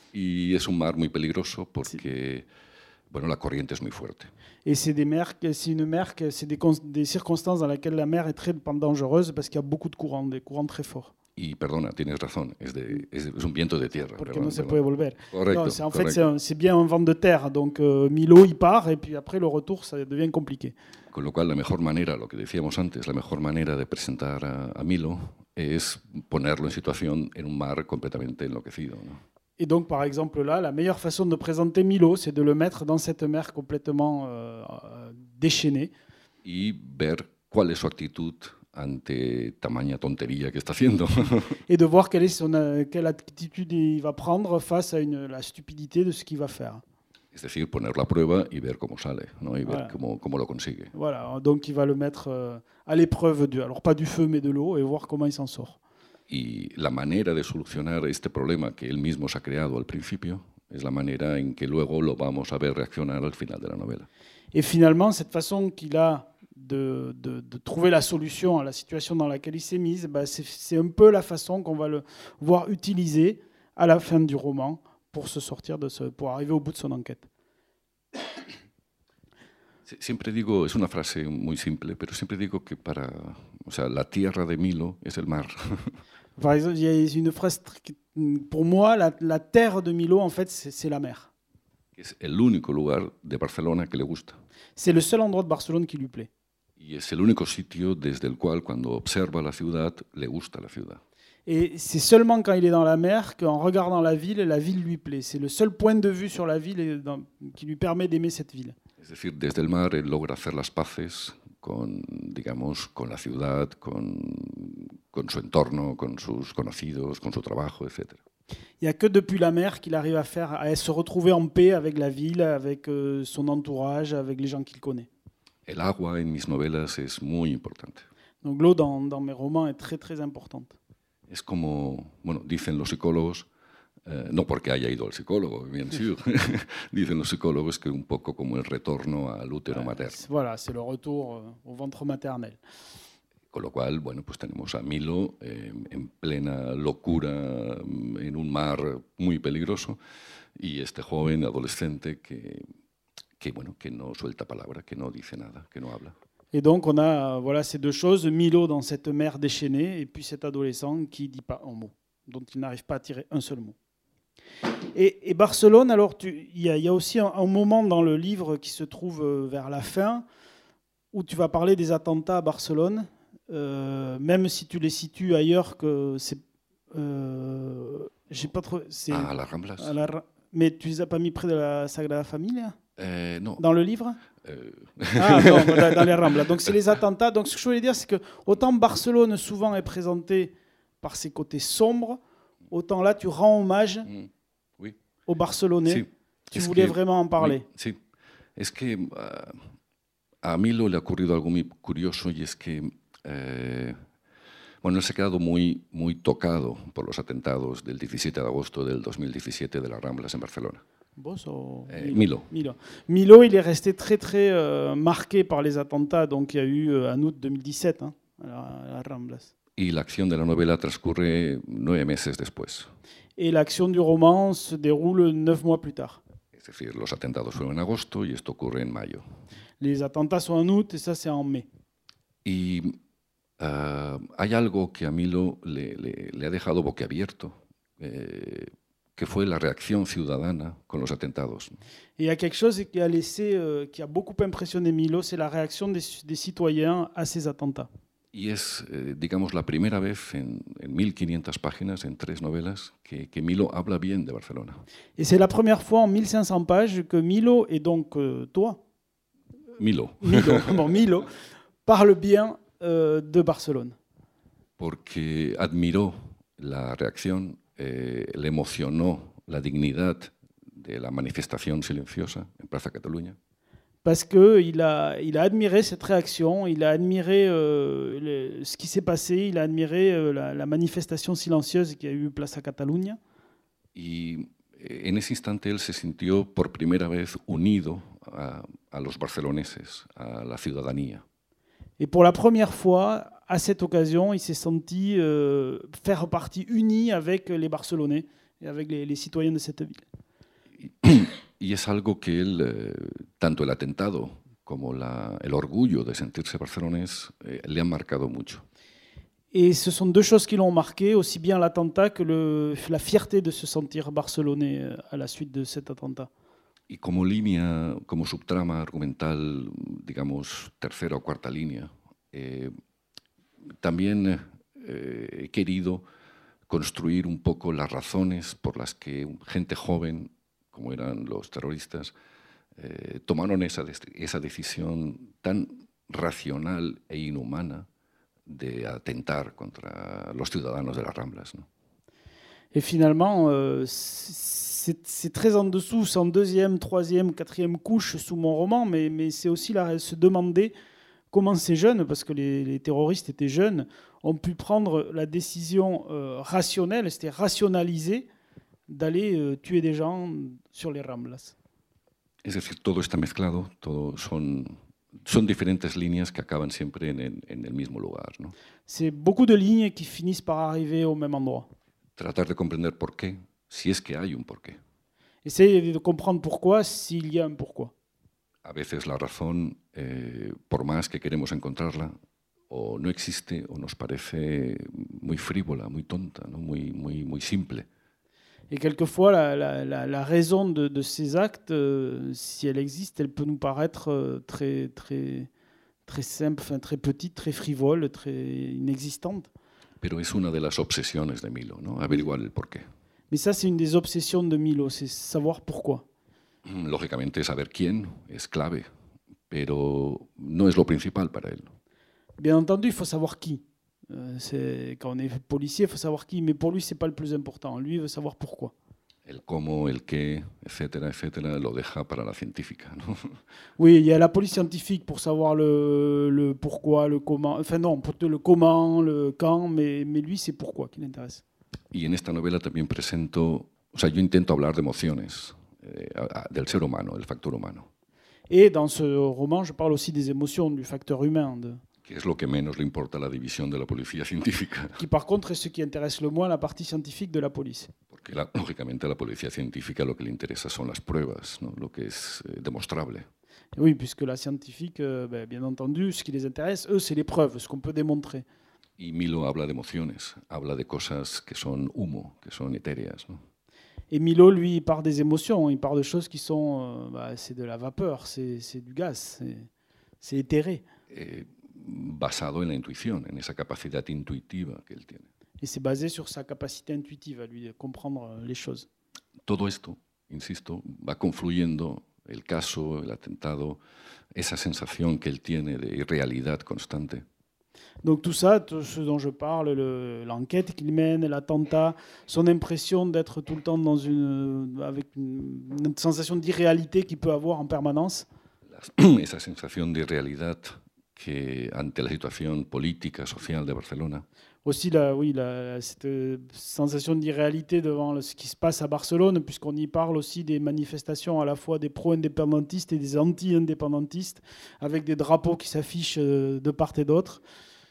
Y es un mar muy peligroso porque, bueno, la corriente es muy fuerte. Et c'est des mers, que- c'est une mer, que- c'est des, cons- des circonstances dans lesquelles la mer est très dangereuse parce qu'il y a beaucoup de courants, des courants très forts. Y perdona, tienes razón, es, de, es, es un viento de tierra. Porque perdón, no se perdón. puede volver. Correcto, Non, c'est- en fait, correcto. c'est un- c'est bien un vent de terre. Donc euh, Milo, il part, et puis après, le retour, ça devient compliqué. Con lo cual, la mejor manera, lo que decíamos antes, la mejor manera de presentar a, a Milo es ponerlo en situación en un mar completamente enloquecido, ¿no? Et donc, par exemple, là, la meilleure façon de présenter Milo, c'est de le mettre dans cette mer complètement euh, euh, déchaînée Y ver cuál es su actitud ante tamaña tontería que está haciendo. Et de voir quelle, est son, euh, quelle attitude il va prendre face à une, la stupidité de ce qu'il va faire. Es decir, ponerlo a prueba y ver cómo sale, ¿no? Y Voilà. ver cómo, cómo lo consigue. Voilà, donc il va le mettre euh, à l'épreuve, de, alors pas du feu mais de l'eau, et voir comment il s'en sort. Y la manera de solucionar este problema que él mismo se ha creado al principio es la manera en que luego lo vamos a ver reaccionar al final de la novela. Et finalement, cette façon qu'il a de, de, de trouver la solution à la situation dans laquelle il s'est mise, bah, c'est, c'est un peu la façon qu'on va le voir utiliser à la fin du roman pour se sortir de ce, pour arriver au bout de son enquête. Siempre digo, es una frase muy simple, pero siempre digo que para, o sea, la tierra de Milo es el mar. Par exemple, il y a une phrase, pour moi, la, la terre de Milo, en fait, c'est, c'est la mer. Es el único lugar de Barcelona que le gusta. C'est le seul endroit de Barcelone qui lui plaît. Y es el único sitio desde el cual, cuando observa la ciudad, le gusta la ciudad. Et c'est seulement quand il est dans la mer qu'en regardant la ville, la ville lui plaît. C'est le seul point de vue sur la ville et dans, qui lui permet d'aimer cette ville. Es decir, desde el mar él logra hacer las paces con, digamos, con la ciudad, con, con su entorno, con sus conocidos, con su trabajo, etcétera. Il n'y a que depuis la mer qu'il arrive à, faire, à se retrouver en paix avec la ville, avec euh, son entourage, avec les gens qu'il connaît. El agua en mis novelas es muy importante. Donc l'eau dans, dans mes romans est très très importante. Es como, bueno, dicen los psicólogos, eh, no porque haya ido al psicólogo, bien sûr, dicen los psicólogos que un poco como el retorno al útero materno. Voilà, c'est le retour euh, au ventre maternel. Con lo cual, bueno, pues tenemos a Milo eh, en plena locura en un mar muy peligroso y este joven adolescente que, que, bueno, que no suelta palabra, que no dice nada, que no habla. Et donc on a voilà, ces deux choses, Milo dans cette mer déchaînée et puis cet adolescent qui ne dit pas un mot, dont il n'arrive pas à tirer un seul mot. Et, et Barcelone, alors il y, y a aussi un, un moment dans le livre qui se trouve vers la fin où tu vas parler des attentats à Barcelone, euh, même si tu les situes ailleurs que c'est... Euh, j'ai pas trop... C'est, ah, à la Ramblas. À la, mais tu les as pas mis près de la Sagrada Familia euh, Non. Dans le livre euh... Ah non, dans les Ramblas. Donc c'est les attentats. Donc ce que je voulais dire, c'est que autant Barcelone souvent est présenté par ses côtés sombres, autant là tu rends hommage mm. oui. aux Barcelonais. Sí. Tu es voulais que, vraiment en parler. Oui, sí. Es que uh, a Milo le ha ocurrido algo muy curioso y es que eh, bueno, él se ha quedado muy, muy tocado por los atentados del diecisiete de agosto del dos mil diecisiete de las Ramblas en Barcelona. Vos ou eh, Milo. Milo. Milo, il est resté très très euh, marqué par les attentats. Donc il y a eu euh, en août deux mille dix-sept hein, à la Ramblas. Y la acción de la novela transcurre nueve meses después. Et l'action du roman se déroule neuf mois plus tard. Es decir, los atentados fueron en agosto y esto ocurre en mayo. Les attentats sont en août et ça c'est en mai. Y uh, hay algo que a Milo le, le, le ha dejado boquiabierto, eh, que fue la reacción ciudadana con los atentados. Et il y a quelque chose qui a laissé, euh, qui a beaucoup impressionné Milo, c'est la réaction des, des citoyens à ces attentats. Y es, eh, digamos, la primera vez en, en mil quinientas páginas, en tres novelas, que, que Milo habla bien de Barcelona. Et c'est la première fois en mille cinq cents pages que Milo, et donc euh, toi, Milo. Milo, bon, Milo parle bien euh, de Barcelone. Porque admiró la reacción, eh, le emocionó la dignidad de la manifestación silenciosa en Plaza Cataluña. Parce qu'il a, il a admiré cette réaction, il a admiré euh, le, ce qui s'est passé, il a admiré euh, la, la manifestation silencieuse qu'il y a eu Plaza Catalunya. Y en ese instante él se sintió por primera vez unido a, a los barceloneses, a la ciudadanía. Et pour la première fois, à cette occasion, il s'est senti euh, faire partie uni avec les Barcelonais et avec les, les citoyens de cette ville. Y es algo que él, eh, tanto el atentado como la, el orgullo de sentirse barcelonés, eh, le han marcado mucho. Et ce sont deux choses qui l'ont marqué, aussi bien l'attentat que le, la fierté de se sentir barcelonais à la suite de cet attentat. Y como línea, como subtrama argumental, digamos, tercera o cuarta línea, eh, también eh, he querido construir un poco las razones por las que gente joven, como eran los terroristas, eh, tomaron esa, esa decisión tan racional e inhumana de atentar contra los ciudadanos de las Ramblas, ¿no? Et finalement, euh, c'est, c'est très en dessous, c'est en deuxième, troisième, quatrième couche sous mon roman, mais, mais c'est aussi là, se demander comment ces jeunes, parce que les, les terroristes étaient jeunes, ont pu prendre la décision euh, rationnelle, c'est-à-dire rationalisée, d'aller euh, tuer des gens sur les Ramblas. Es decir, todo está mezclado, todo son, son diferentes líneas que acaban siempre en el, en el mismo lugar, ¿no? C'est beaucoup de lignes qui finissent par arriver au même endroit. Tratar de comprender por qué, si es que hay un porqué. Essayer de comprendre pourquoi, s'il y a un pourquoi. A veces la razón, eh, por más que queremos encontrarla, o no existe o nos parece muy frívola, muy tonta, ¿no? muy, muy, muy simple. Et quelquefois, la, la, la, la raison de, de ces actes, euh, si elle existe, elle peut nous paraître euh, très, très, très simple, enfin, très petite, très frivole, très inexistante. Pero es una de las obsesiones de Milo, ¿no? Averiguar el porqué. Mais ça, c'est une des obsessions de Milo, c'est savoir pourquoi. Lógicamente, saber quién es clave, pero no es lo principal para él. Bien entendu, il faut savoir qui. Euh, c'est, quand on est policier, il faut savoir qui, mais pour lui, ce n'est pas le plus important. Lui, il veut savoir pourquoi. El cómo, el qué, etcétera, etcétera, lo deja para la científica, ¿no? Oui, il y a la police scientifique pour savoir le, le pourquoi, le comment. Enfin non, pour le comment, le quand, mais, mais lui, c'est pourquoi qui l'intéresse. Y en esta novela también presento, o sea, yo intento hablar de emociones, eh, a- a- del ser humano, del factor humano, Et dans ce roman, je parle aussi des émotions, du facteur humain, de, que es lo que menos le importa a la división de la policía científica, qui par contre est ce qui intéresse le moins la partie scientifique de la police. porque la- lógicamente a la policía científica lo que le interesa son las pruebas, ¿no? Lo que es eh, demostrable. Oui, puisque la scientifique, euh, ben, bien entendu, ce qui les intéresse, eux, c'est les preuves, ce qu'on peut démontrer. Y Milo habla de emociones, habla de cosas que son humo, que son etéreas, ¿no? Et Milo, lui, il part des émotions, il part de choses qui sont... euh, bah, c'est de la vapeur, c'est, c'est du gaz, c'est, c'est éthéré. Eh, basado en la intuición, en esa capacidad intuitiva que él tiene. Et c'est basé sur sa capacité intuitive à lui de comprendre euh, les choses. Todo esto, insisto, va confluyendo el caso, el atentado, esa sensación que él tiene de irrealidad constante. Donc tout ça, tout ce dont je parle, le- l'enquête qu'il mène, l'attentat, son impression d'être tout le temps dans une, avec une, une sensation d'irréalité qu'il peut avoir en permanence, Las- esa sensación de irrealidad que ante la situación política, social de Barcelona, aussi la, oui, la, cette euh, sensation d'irréalité devant le- ce qui se passe à Barcelone, puisqu'on y parle aussi des manifestations à la fois des pro-indépendantistes et des anti-indépendantistes, avec des drapeaux qui s'affichent euh, de part et d'autre.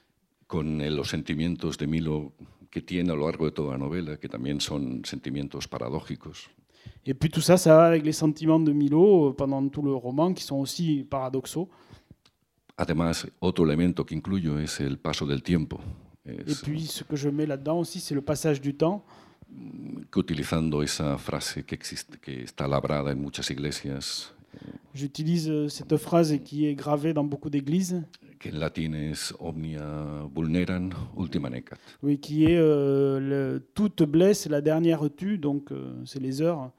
con eh, los sentimientos de Milo que tiene a lo largo de toda la novela, que también son sentimientos paradójicos. Et puis tout ça, ça va avec les sentiments de Milo euh, pendant tout le roman, qui sont aussi paradoxaux. Además, otro elemento que incluyo es el paso del tiempo. Et Es puis ce que je mets là-dedans aussi, c'est le passage du temps. que utilizando esa frase que, existe, que está labrada en muchas iglesias, J'utilise euh, cette phrase qui est gravée dans beaucoup d'églises, que en latín es omnia vulneran, ultima necat. oui, qui est euh, le, toute blesse, la dernière tue, donc euh, c'est les heures.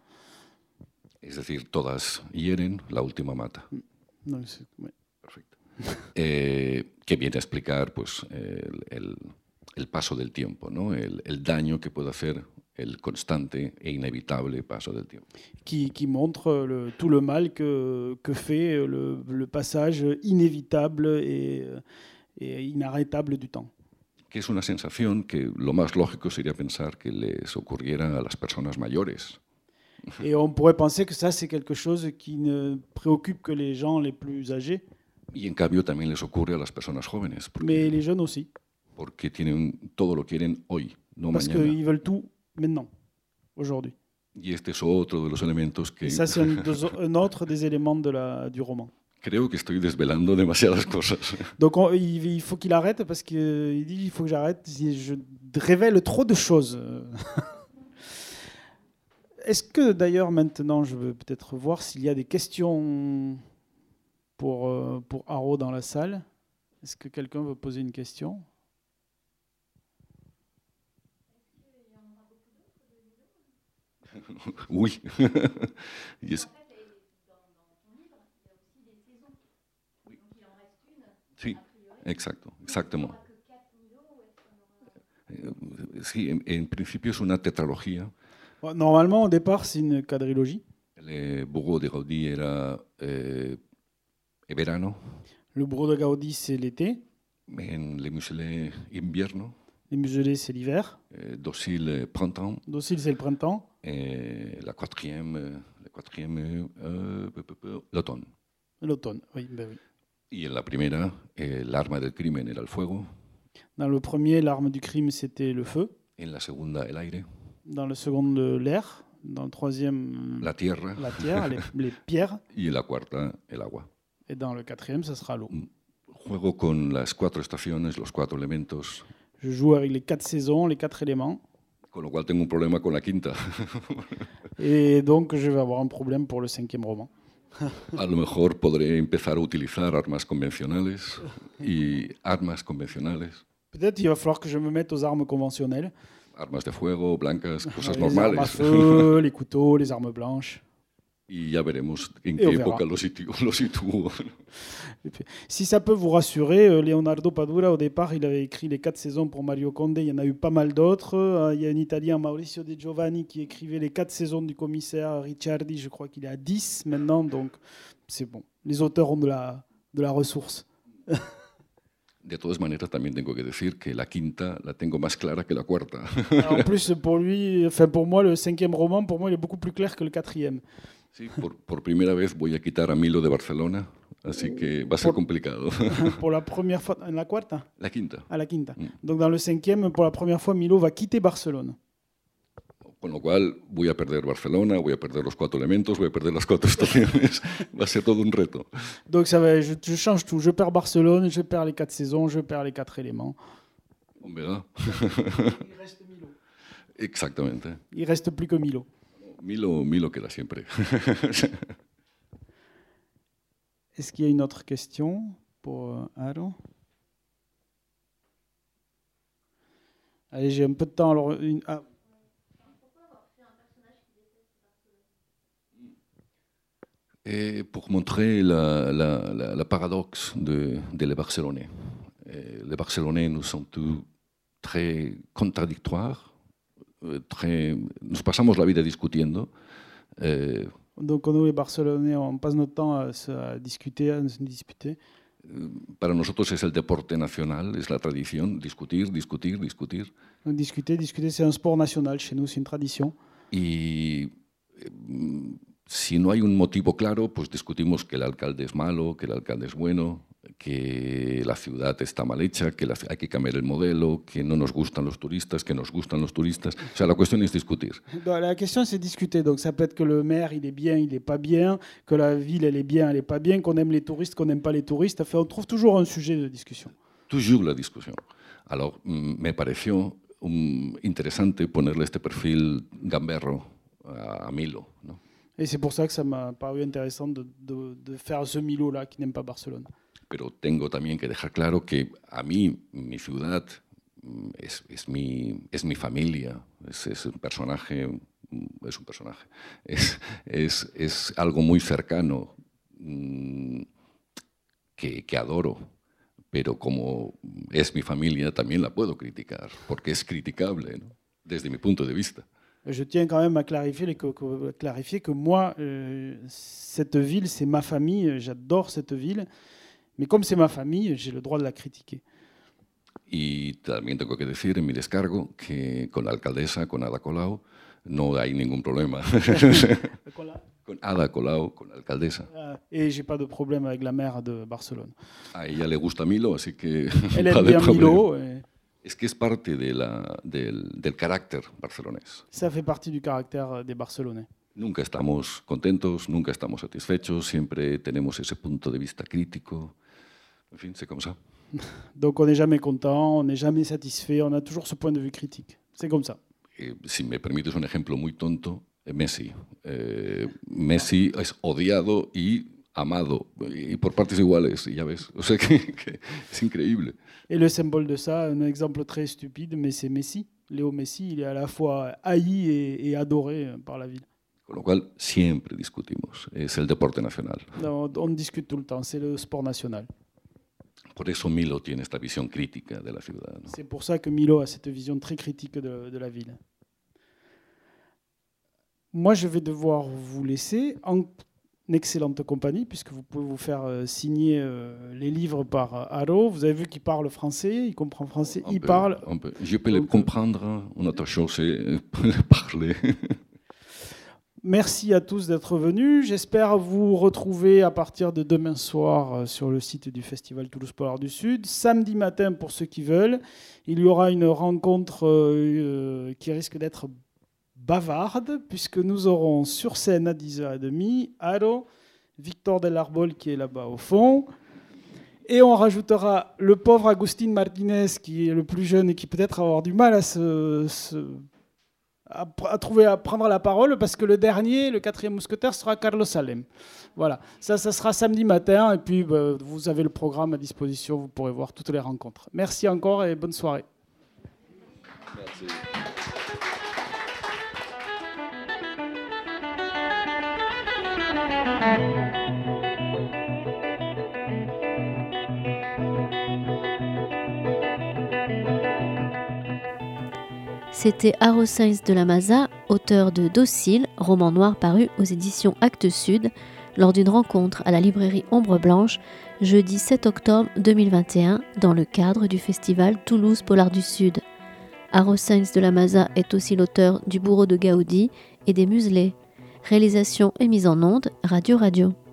Es decir, todas hieren, la última mata. Donc, c'est- ouais. Perfecto. Eh, que viene a explicar pues, el, el- el paso del tiempo, ¿no? el, el daño que puede hacer el constante e inevitable paso del tiempo. qui, qui montre le, tout le mal que, que fait le, le passage inévitable et, et inarrêtable du temps. Que es una sensación que lo más lógico sería pensar que les ocurriera a las personas mayores. Et on pourrait penser que ça, c'est quelque chose qui ne préoccupe que les gens les plus âgés, Y en cambio también les ocurre a las personas jóvenes, porque, mais les jeunes aussi, porque tienen, todo lo quieren hoy, no parce mañana. qu'ils veulent tout maintenant, aujourd'hui. Y este es otro de los elementos que Et ça, c'est un, deux- un autre des éléments de la, du roman. creo que estoy desvelando demasiadas cosas. Donc on- il, il faut qu'il arrête parce qu'il dit il faut que j'arrête, je révèle trop de choses. Est-ce que d'ailleurs maintenant je veux peut-être voir s'il y a des questions pour, euh, pour Haro dans la salle. Est-ce que quelqu'un veut poser une question? Oui. Y es- Sí, exacto, exactement. Sí, en, en principio es una tetralogía. Normalement, au départ, c'est une quadrilogie. El Bureau de Gaudí era eh, verano, Le Bureau de Gaudi, c'est l'été. en Le Muselet invierno, Les Muselets, c'est l'hiver. eh, Docile printemps, Docile, c'est le printemps. et la quatrième, euh, la quatrième euh, peu, peu, peu, l'automne. L'automne, oui, ben oui. Y en la primera, eh, el arma del crimen era el fuego, Dans le premier, l'arme du crime, c'était le feu. en la segunda, el aire, Dans le second, le- l'air. Dans le troisième, la tierra, la terre, les, les pierres. y en la cuarta, el agua. Et dans le quatrième, ça sera l'eau. Juego con las cuatro estaciones, los cuatro elementos, Je joue avec les quatre saisons, les quatre éléments. con lo cual tengo un problema con la quinta. Et donc, je vais avoir un problème pour le cinquième roman. A lo mejor podré empezar a utilizar armas convencionales y armas convencionales, Peut-être il va falloir que je me mette aux armes conventionnelles. armas de fuego, blancas, cosas les armes à normales. feu, les couteaux, les armes blanches. Y ya veremos en Et on qué verra. época lo sitúo. Lo sitúo. Et puis, si ça peut vous rassurer, euh, Leonardo Padura, au départ, il avait écrit les quatre saisons pour Mario Conde. Il y en a eu pas mal d'autres. Euh, Il y a un Italien, Mauricio De Giovanni, qui écrivait les quatre saisons du commissaire Ricciardi. Je crois qu'il est à dix maintenant. Donc, c'est bon. Les auteurs ont de la, de la ressource. De todas maneras, también tengo que decir que la quinta la tengo más clara que la cuarta. Alors, en plus, pour lui, enfin pour moi, le cinquième roman, pour moi, il est beaucoup plus clair que le quatrième. Sí, por, por primera vez voy a quitar a Milo de Barcelona, así que va a ser Por- complicado. Pour la première fois, en la cuarta, La quinta. à la quinta. Mm. Donc dans le cinquième, pour la première fois, Milo va quitter Barcelone. Con lo cual voy a perder Barcelona, voy a perder los cuatro elementos, voy a perder las cuatro estaciones. Va a ser todo un reto. Donc ça va, je, je change tout. Je perds Barcelone, je perds les quatre saisons, je perds les quatre éléments. On verá. Il reste Milo. Exactamente. Il reste plus que Milo. Milo, Milo queda siempre. Est-ce qu'il y a une autre question pour euh, Aaron? Allez, j'ai un peu de temps. Alors, une- ah, Et pour montrer la, la, la, la paradoxe de, de les Barcelonais. Et les Barcelonais, nous sommes tous très contradictoires, euh, très, nos pasamos la vida discutiendo. Eh, donc nous, les Barcelonais, on passe notre temps à, se, à discuter, à se disputer. Para nosotros es el deporte nacional, es la tradición, discutir, discutir, discutir. Donc, discuter, discuter, c'est un sport national chez nous, c'est une tradition. Y eh, si no hay un motivo claro, pues discutimos que el alcalde es malo, que el alcalde es bueno, que la ciudad está mal hecha, que la, hay que cambiar el modelo, que no nos gustan los turistas, que nos gustan los turistas. O sea, la cuestión es discutir. Donc, la question, c'est discuter. Donc ça peut être que le maire, il est bien, il n'est pas bien, que la ville, elle est bien, elle n'est pas bien, qu'on aime les touristes, qu'on n'aime pas les touristes. Enfin, on trouve toujours un sujet de discussion. Toujours la discusión. Alors, me pareció um, interesante ponerle este perfil gamberro a, a Milo, ¿no? Et c'est pour ça que ça m'a paru intéressant de, de, de faire ce Milo-là qui n'aime pas Barcelone. Pero tengo también que dejar claro que a mí, mi ciudad, es, es, mi, es mi familia, es, es un personaje, es un personaje, es, es, es algo muy cercano mmm, que, que adoro, pero como es mi familia también la puedo criticar, porque es criticable, ¿no? Desde mi punto de vista. Je tiens quand même à clarifier que, que, clarifier que moi, euh, cette ville, c'est ma famille, j'adore cette ville. Mais comme c'est ma famille, j'ai le droit de la critiquer. Y también tengo que decir en mi descargo que con la alcaldesa, con Ada Colau, no hay ningún problema. Con Ada Colau, con la alcaldesa. Et j'ai pas de problème avec la maire de Barcelone. A ella le gusta Milo, así que Elle aime bien Milo. Et... Es que es parte de la, del, del carácter barcelonés. Ça fait partie du caractère des Barcelonais. Nunca estamos contentos, nunca estamos satisfechos, siempre tenemos ese punto de vista crítico. En fin, c'est comme ça. Donc on n'est jamais content, on n'est jamais satisfait, on a toujours ce point de vue critique. C'est comme ça. Eh, si me permites un ejemplo muy tonto, eh, Messi. Eh, Messi es odiado y amado, y por partes iguales, y ya ves. O sea que, que es increíble. Et le symbole de ça, un exemple très stupide, mais c'est Messi. Léo Messi, il est à la fois haï et, et adoré par la ville. Con lo cual siempre discutimos. Es el deporte nacional. On, on discute tout le temps, c'est le sport national. Por eso Milo tiene esta visión crítica de la ciudad, ¿no? C'est pour ça que Milo a cette vision très critique de, de la ville. Moi, je vais devoir vous laisser en excellente compagnie, puisque vous pouvez vous faire euh, signer euh, les livres par euh, Haro. Vous avez vu qu'il parle français, il comprend français, On il peut- parle. on peut- Je peux le Donc, comprendre, une autre chose, c'est le parler. Merci à tous d'être venus. J'espère vous retrouver à partir de demain soir euh, sur le site du Festival Toulouse Polar du Sud. Samedi matin, pour ceux qui veulent, il y aura une rencontre euh, euh, qui risque d'être bavarde, puisque nous aurons sur scène à dix heures trente Haro, Victor Delarbol qui est là-bas au fond, et on rajoutera le pauvre Agustin Martinez qui est le plus jeune et qui peut-être va avoir du mal à se, se- à, à trouver à prendre la parole, parce que le dernier, le quatrième mousquetaire, sera Carlos Salem. Voilà, ça, ça sera samedi matin, et puis bah, vous avez le programme à disposition, vous pourrez voir toutes les rencontres. Merci encore et bonne soirée. Merci. C'était Haro Sainz de la Maza, auteur de Docile, roman noir paru aux éditions Actes Sud, lors d'une rencontre à la librairie Ombre Blanche, jeudi sept octobre deux mille vingt et un, dans le cadre du festival Toulouse Polar du Sud. Haro Sainz de la Maza est aussi l'auteur du Bourreau de Gaudi et des Muselés. Réalisation et mise en onde, Radio Radio.